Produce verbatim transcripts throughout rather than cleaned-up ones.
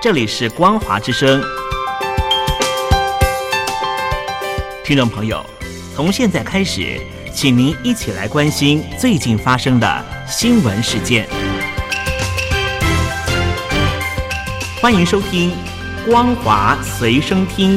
这里是光华之声。听众朋友，从现在开始，请您一起来关心最近发生的新闻事件。欢迎收听光华随声听。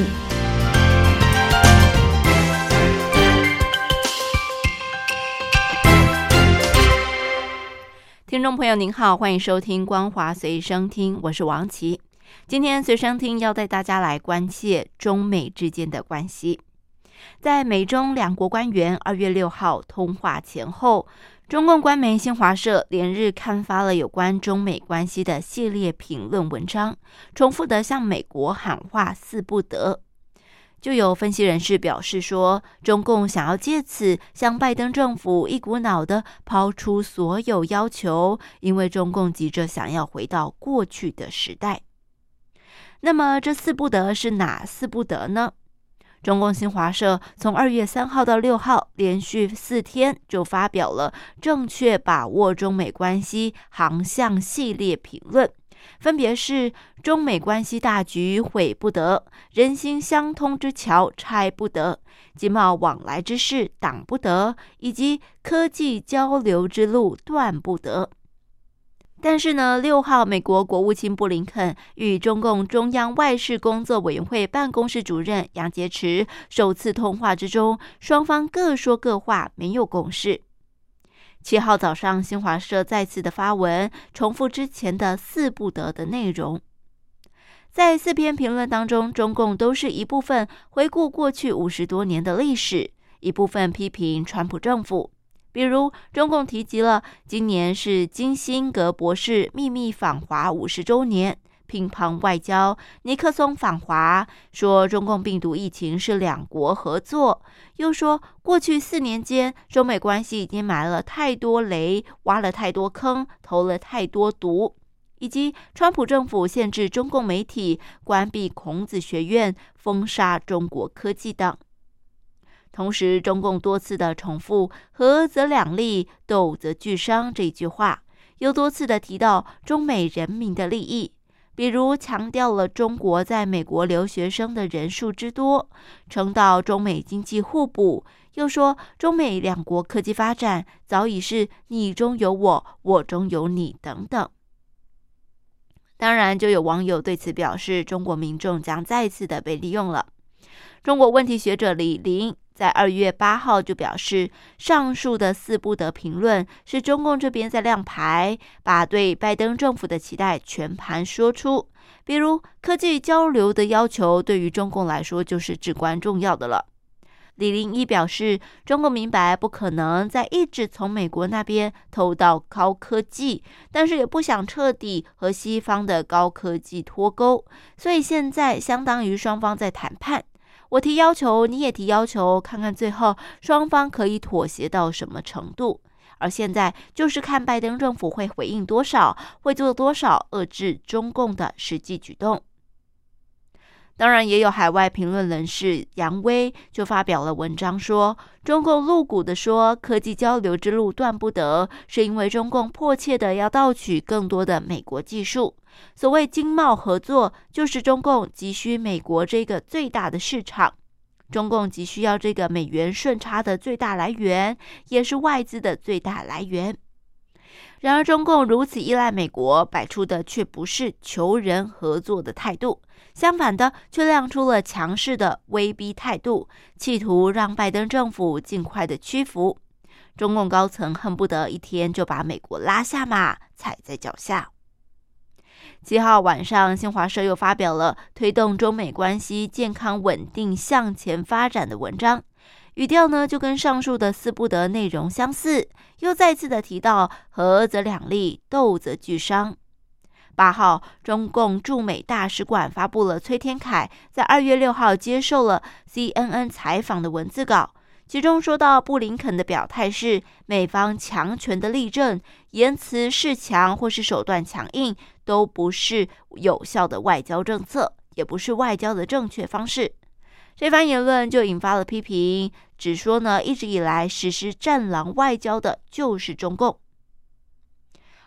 听众朋友您好，欢迎收听光华随声听，我是王琦。今天随声听要带大家来关切中美之间的关系。在美中两国官员二月六号通话前后，中共官媒新华社连日刊发了有关中美关系的系列评论文章，重复地向美国喊话四不得。就有分析人士表示说，中共想要借此向拜登政府一股脑地抛出所有要求，因为中共急着想要回到过去的时代。那么这四不得是哪四不得呢？中共新华社从二月三号到六号连续四天就发表了正确把握中美关系航向系列评论，分别是中美关系大局毁不得，人心相通之桥拆不得，经贸往来之事挡不得，以及科技交流之路断不得。但是呢，六号美国国务卿布林肯与中共中央外事工作委员会办公室主任杨洁篪首次通话之中，双方各说各话，没有共识。七号早上，新华社再次的发文，重复之前的四不得的内容。在四篇评论当中，中共都是一部分回顾过去五十多年的历史，一部分批评川普政府。比如，中共提及了今年是金辛格博士秘密访华五十周年，乒乓外交，尼克松访华，说中共病毒疫情是两国合作，又说过去四年间中美关系已经埋了太多雷，挖了太多坑，投了太多毒，以及川普政府限制中共媒体，关闭孔子学院，封杀中国科技等。同时，中共多次的重复和则两利，斗则俱伤这句话，又多次的提到中美人民的利益，比如强调了中国在美国留学生的人数之多，称道中美经济互补，又说中美两国科技发展早已是你中有我，我中有你等等。当然，就有网友对此表示，中国民众将再次的被利用了。中国问题学者李林在二月八号就表示，上述的四不得评论是中共这边在亮牌，把对拜登政府的期待全盘说出。比如科技交流的要求，对于中共来说就是至关重要的了。李林一表示，中共明白不可能再一直从美国那边偷到高科技，但是也不想彻底和西方的高科技脱钩，所以现在相当于双方在谈判。我提要求，你也提要求，看看最后双方可以妥协到什么程度。而现在就是看拜登政府会回应多少，会做多少遏制中共的实际举动。当然，也有海外评论人士杨威就发表了文章说，中共露骨地说科技交流之路断不得，是因为中共迫切的要盗取更多的美国技术。所谓经贸合作，就是中共急需美国这个最大的市场，中共急需要这个美元顺差的最大来源，也是外资的最大来源。然而，中共如此依赖美国，摆出的却不是求人合作的态度，相反的，却亮出了强势的威逼态度，企图让拜登政府尽快的屈服。中共高层恨不得一天就把美国拉下马，踩在脚下。七号晚上，新华社又发表了推动中美关系健康稳定向前发展的文章，语调呢就跟上述的四不得内容相似，又再次的提到和则两利，斗则俱伤。八号，中共驻美大使馆发布了崔天凯在二月六号接受了 C N N 采访的文字稿，其中说到布林肯的表态是美方强权的例证，言辞示强或是手段强硬都不是有效的外交政策，也不是外交的正确方式。这番言论就引发了批评，只说呢，一直以来实施战狼外交的就是中共。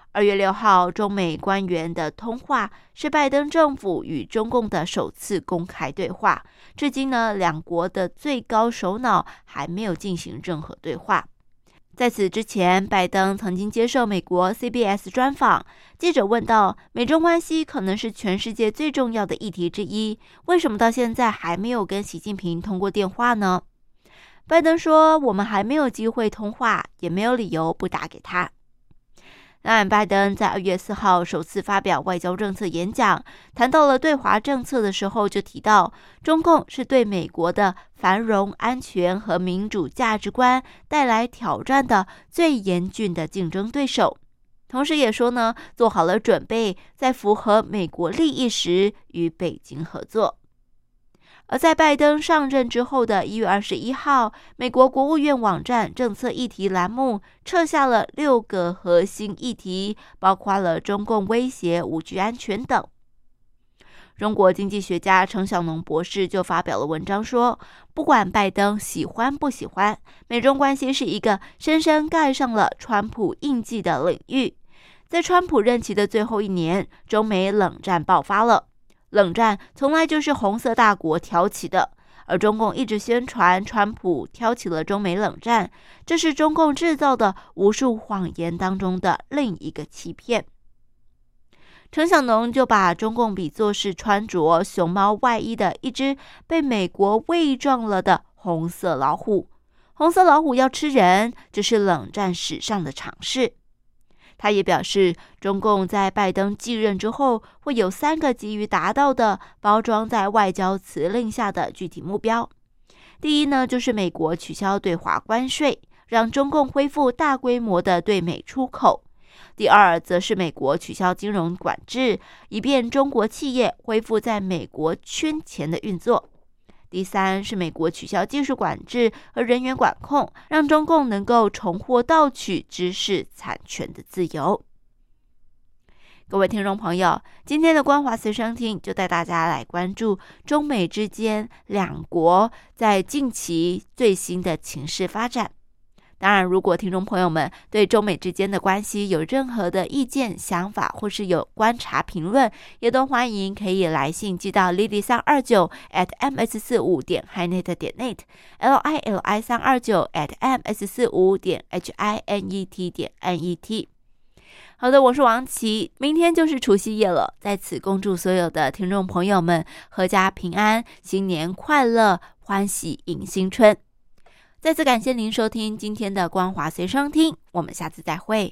二月六号，中美官员的通话是拜登政府与中共的首次公开对话。至今呢，两国的最高首脑还没有进行任何对话。在此之前，拜登曾经接受美国 C B S 专访，记者问到，美中关系可能是全世界最重要的议题之一，为什么到现在还没有跟习近平通过电话呢？拜登说，我们还没有机会通话，也没有理由不打给他。当然，拜登在二月四号首次发表外交政策演讲，谈到了对华政策的时候，就提到中共是对美国的繁荣、安全和民主价值观带来挑战的最严峻的竞争对手。同时也说呢，做好了准备，在符合美国利益时与北京合作。而在拜登上任之后的一月二十一号，美国国务院网站政策议题栏目撤下了六个核心议题，包括了中共威胁、五 G 安全等。中国经济学家程晓农博士就发表了文章说，不管拜登喜欢不喜欢，美中关系是一个深深盖上了川普印记的领域。在川普任期的最后一年，中美冷战爆发了。冷战从来就是红色大国挑起的，而中共一直宣传川普挑起了中美冷战，这是中共制造的无数谎言当中的另一个欺骗。程晓农就把中共比作是穿着熊猫外衣的一只被美国喂壮了的红色老虎，红色老虎要吃人，这是冷战史上的常事。他也表示，中共在拜登继任之后，会有三个急于达到的包装在外交辞令下的具体目标。第一呢，就是美国取消对华关税，让中共恢复大规模的对美出口。第二，则是美国取消金融管制，以便中国企业恢复在美国圈钱的运作。第三，是美国取消技术管制和人员管控，让中共能够重获盗取知识产权的自由。各位听众朋友，今天的光华随身听就带大家来关注中美之间两国在近期最新的情势发展。当然，如果听众朋友们对中美之间的关系有任何的意见、想法，或是有观察、评论，也都欢迎可以来信寄到 lily 三二九 at m s 四五 点 hinet 点 net l i l i 三二九 at m s 四五 点 h i n e t 点 n e t。好的，我是王琦，明天就是除夕夜了，在此恭祝所有的听众朋友们阖家平安，新年快乐，欢喜迎新春。再次感谢您收听今天的光华随身听，我们下次再会。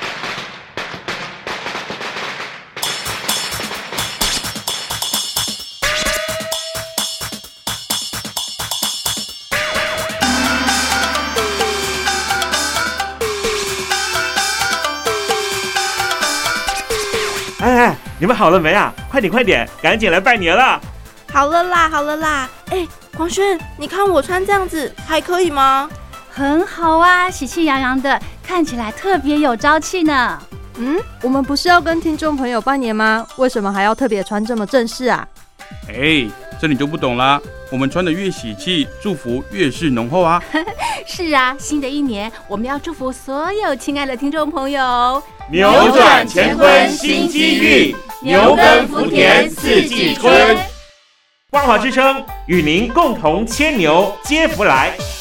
哎哎，你们好了没啊？快点快点，赶紧来拜年了！ 好了啦，好了啦，哎。黄轩，你看我穿这样子还可以吗？ 很好啊，喜气洋洋的，看起来特别有朝气呢。 嗯，我们不是要跟听众朋友拜年吗？为什么还要特别穿这么正式啊？ 哎，这你就不懂啦。我们穿的越喜气，祝福越是浓厚啊。 是啊，新的一年我们要祝福所有亲爱的听众朋友， 扭转乾坤新机遇，牛耕福田四季春。光华之声与您共同牵牛接福来。